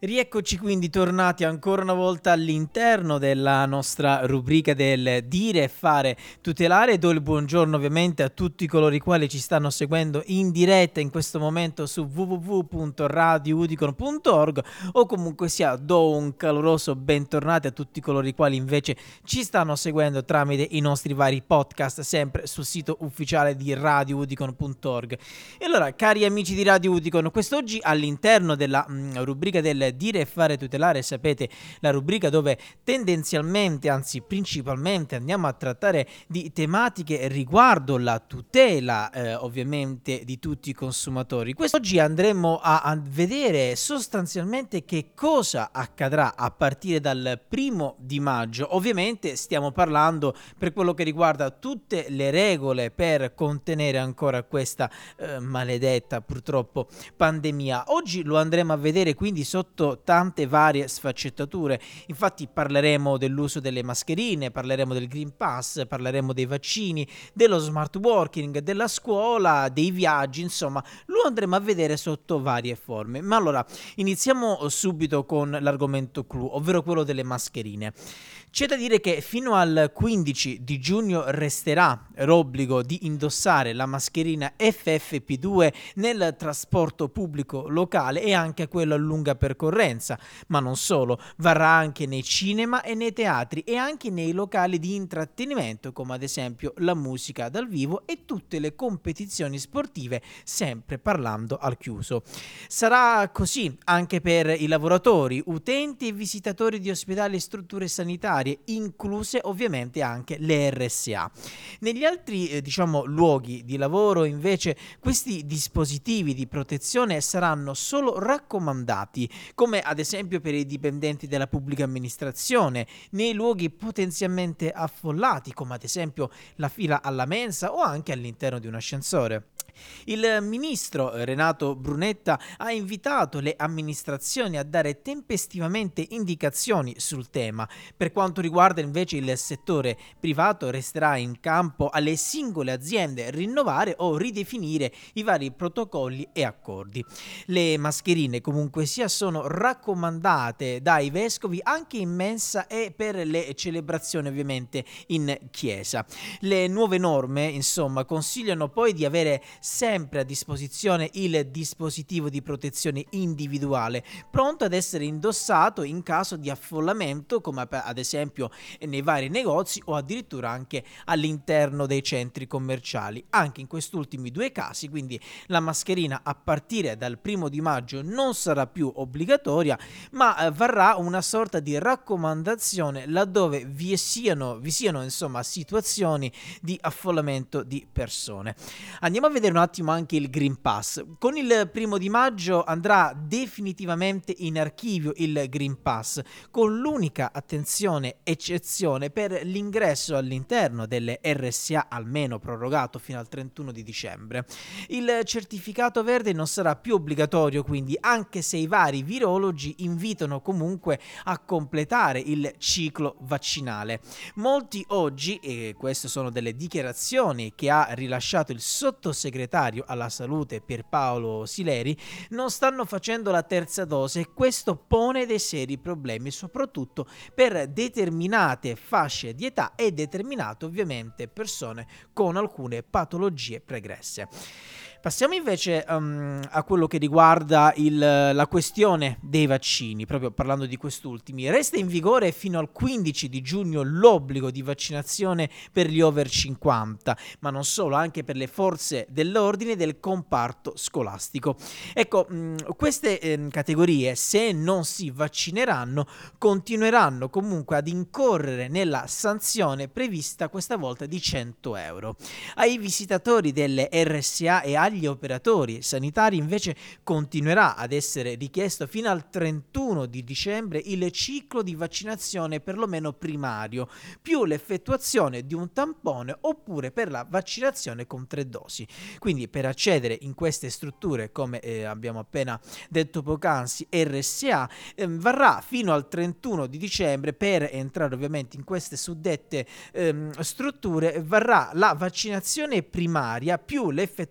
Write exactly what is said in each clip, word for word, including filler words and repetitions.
Rieccoci quindi tornati ancora una volta all'interno della nostra rubrica del dire e fare tutelare. Do il buongiorno ovviamente a tutti coloro i quali ci stanno seguendo in diretta in questo momento su w w w punto radio udicon punto org o comunque sia do un caloroso bentornati a tutti coloro i quali invece ci stanno seguendo tramite i nostri vari podcast sempre sul sito ufficiale di radio udicon punto org. E allora, cari amici di Radio Udicon, quest'oggi all'interno della mh, rubrica del dire e fare tutelare, sapete, la rubrica dove tendenzialmente, anzi principalmente andiamo a trattare di tematiche riguardo la tutela eh, ovviamente di tutti i consumatori. Quest'oggi andremo a, a vedere sostanzialmente che cosa accadrà a partire dal primo di maggio. Ovviamente stiamo parlando per quello che riguarda tutte le regole per contenere ancora questa eh, maledetta purtroppo pandemia. Oggi lo andremo a vedere quindi sotto tante varie sfaccettature. Infatti parleremo dell'uso delle mascherine, parleremo del Green Pass, parleremo dei vaccini, dello smart working, della scuola, dei viaggi, insomma lo andremo a vedere sotto varie forme. Ma allora iniziamo subito con l'argomento clou, ovvero quello delle mascherine. C'è da dire che fino al quindici di giugno resterà l'obbligo di indossare la mascherina F F P due nel trasporto pubblico locale e anche quello a lunga percorrenza, ma non solo, varrà anche nei cinema e nei teatri e anche nei locali di intrattenimento come ad esempio la musica dal vivo e tutte le competizioni sportive, sempre parlando al chiuso. Sarà così anche per i lavoratori, utenti e visitatori di ospedali e strutture sanitarie, incluse ovviamente anche le R S A. Negli altri eh, diciamo luoghi di lavoro invece questi dispositivi di protezione saranno solo raccomandati, come ad esempio per i dipendenti della pubblica amministrazione, nei luoghi potenzialmente affollati come ad esempio la fila alla mensa o anche all'interno di un ascensore. Il ministro Renato Brunetta ha invitato le amministrazioni a dare tempestivamente indicazioni sul tema. Per quanto riguarda invece il settore privato, resterà in campo alle singole aziende rinnovare o ridefinire i vari protocolli e accordi. Le mascherine comunque sia sono raccomandate dai vescovi anche in mensa e per le celebrazioni ovviamente in chiesa. Le nuove norme insomma consigliano poi di avere sempre a disposizione il dispositivo di protezione individuale, pronto ad essere indossato in caso di affollamento, come ad esempio nei vari negozi o addirittura anche all'interno dei centri commerciali. Anche in questi ultimi due casi, quindi la mascherina a partire dal primo di maggio non sarà più obbligatoria, ma eh, varrà una sorta di raccomandazione laddove vi siano, vi siano insomma situazioni di affollamento di persone. Andiamo a vedere un attimo anche il Green Pass. Con il primo di maggio andrà definitivamente in archivio il Green Pass, con l'unica attenzione eccezione per l'ingresso all'interno delle R S A, almeno prorogato fino al trentuno di dicembre. Il certificato verde non sarà più obbligatorio, quindi, anche se i vari virologi invitano comunque a completare il ciclo vaccinale. Molti oggi, e queste sono delle dichiarazioni che ha rilasciato il sottosegretario alla salute Pierpaolo Sileri, non stanno facendo la terza dose e questo pone dei seri problemi soprattutto per determinate fasce di età e determinate ovviamente persone con alcune patologie pregresse. Passiamo invece um, a quello che riguarda il, la questione dei vaccini, proprio parlando di quest'ultimi. Resta in vigore fino al quindici di giugno l'obbligo di vaccinazione per gli over cinquanta, ma non solo, anche per le forze dell'ordine del comparto scolastico. Ecco, mh, queste eh, categorie, se non si vaccineranno, continueranno comunque ad incorrere nella sanzione prevista questa volta di cento euro. Ai visitatori delle R S A e agli agli operatori sanitari invece continuerà ad essere richiesto fino al trentuno di dicembre il ciclo di vaccinazione perlomeno primario, più l'effettuazione di un tampone oppure per la vaccinazione con tre dosi. Quindi per accedere in queste strutture, come eh, abbiamo appena detto poc'anzi, R S A, eh, varrà fino al trentuno di dicembre. Per entrare ovviamente in queste suddette ehm, strutture varrà la vaccinazione primaria più l'effettuazione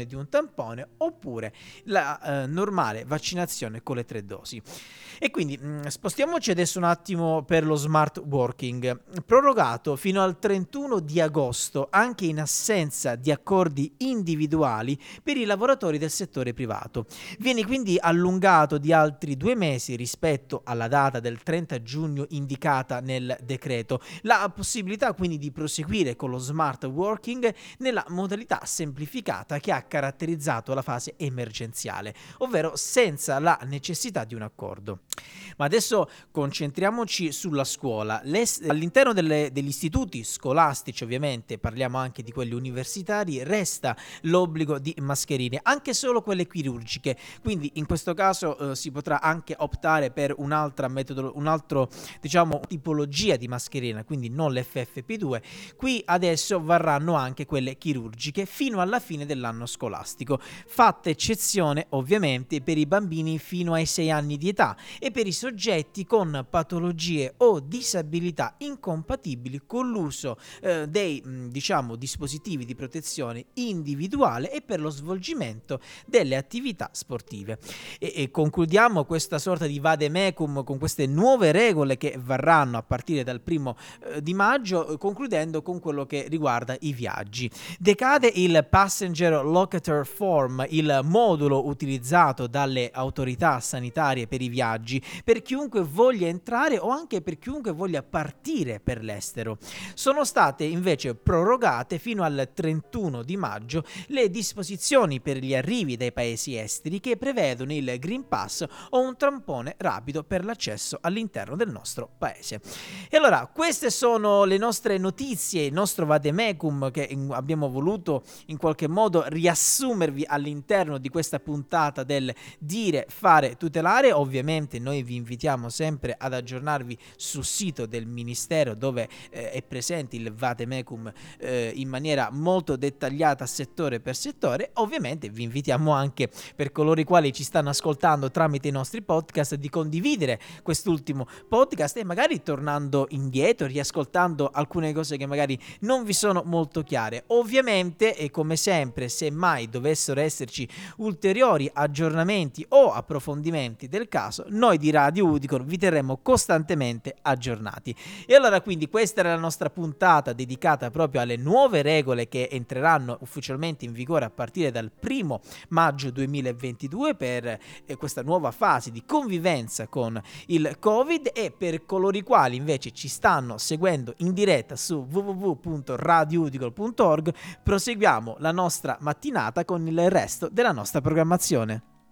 di un tampone oppure la eh, normale vaccinazione con le tre dosi. E quindi mh, spostiamoci adesso un attimo per lo smart working, prorogato fino al trentuno di agosto anche in assenza di accordi individuali per i lavoratori del settore privato. Viene quindi allungato di altri due mesi rispetto alla data del trenta giugno indicata nel decreto. La possibilità quindi di proseguire con lo smart working nella modalità semplificata che ha caratterizzato la fase emergenziale, ovvero senza la necessità di un accordo. Ma adesso concentriamoci sulla scuola. Le, all'interno delle, degli istituti scolastici, ovviamente parliamo anche di quelli universitari, resta l'obbligo di mascherine, anche solo quelle chirurgiche. Quindi in questo caso eh, si potrà anche optare per un'altra metodo, un altro diciamo tipologia di mascherina, quindi non l'F F P due. Qui adesso varranno anche quelle chirurgiche fino alla fine dell'anno scolastico, fatta eccezione ovviamente per i bambini fino ai sei anni di età e per i soggetti con patologie o disabilità incompatibili con l'uso eh, dei mh, diciamo dispositivi di protezione individuale e per lo svolgimento delle attività sportive. E, e concludiamo questa sorta di vademecum con queste nuove regole che varranno a partire dal primo eh, di maggio, eh, concludendo con quello che riguarda i viaggi. Decade il Passenger Locator Form, il modulo utilizzato dalle autorità sanitarie per i viaggi, per chiunque voglia entrare o anche per chiunque voglia partire per l'estero. Sono state invece prorogate fino al trentuno di maggio le disposizioni per gli arrivi dai paesi esteri che prevedono il Green Pass o un tampone rapido per l'accesso all'interno del nostro paese. E allora, queste sono le nostre notizie, il nostro vademecum che abbiamo voluto in qualche modo riassumervi all'interno di questa puntata del Dire, Fare, Tutelare. Ovviamente noi vi invitiamo sempre ad aggiornarvi sul sito del Ministero, dove eh, è presente il vademecum eh, in maniera molto dettagliata settore per settore. Ovviamente vi invitiamo anche, per coloro i quali ci stanno ascoltando tramite i nostri podcast, di condividere quest'ultimo podcast e magari tornando indietro, riascoltando alcune cose che magari non vi sono molto chiare. Ovviamente, e come sempre, se mai dovessero esserci ulteriori aggiornamenti o approfondimenti del caso, noi di Radio Udicor vi terremo costantemente aggiornati. E allora, quindi, questa era la nostra puntata dedicata proprio alle nuove regole che entreranno ufficialmente in vigore a partire dal primo maggio duemilaventidue per eh, questa nuova fase di convivenza con il Covid. E per coloro i quali invece ci stanno seguendo in diretta su w w w punto radio udicor punto org, proseguiamo la nostra mattinata con il resto della nostra programmazione.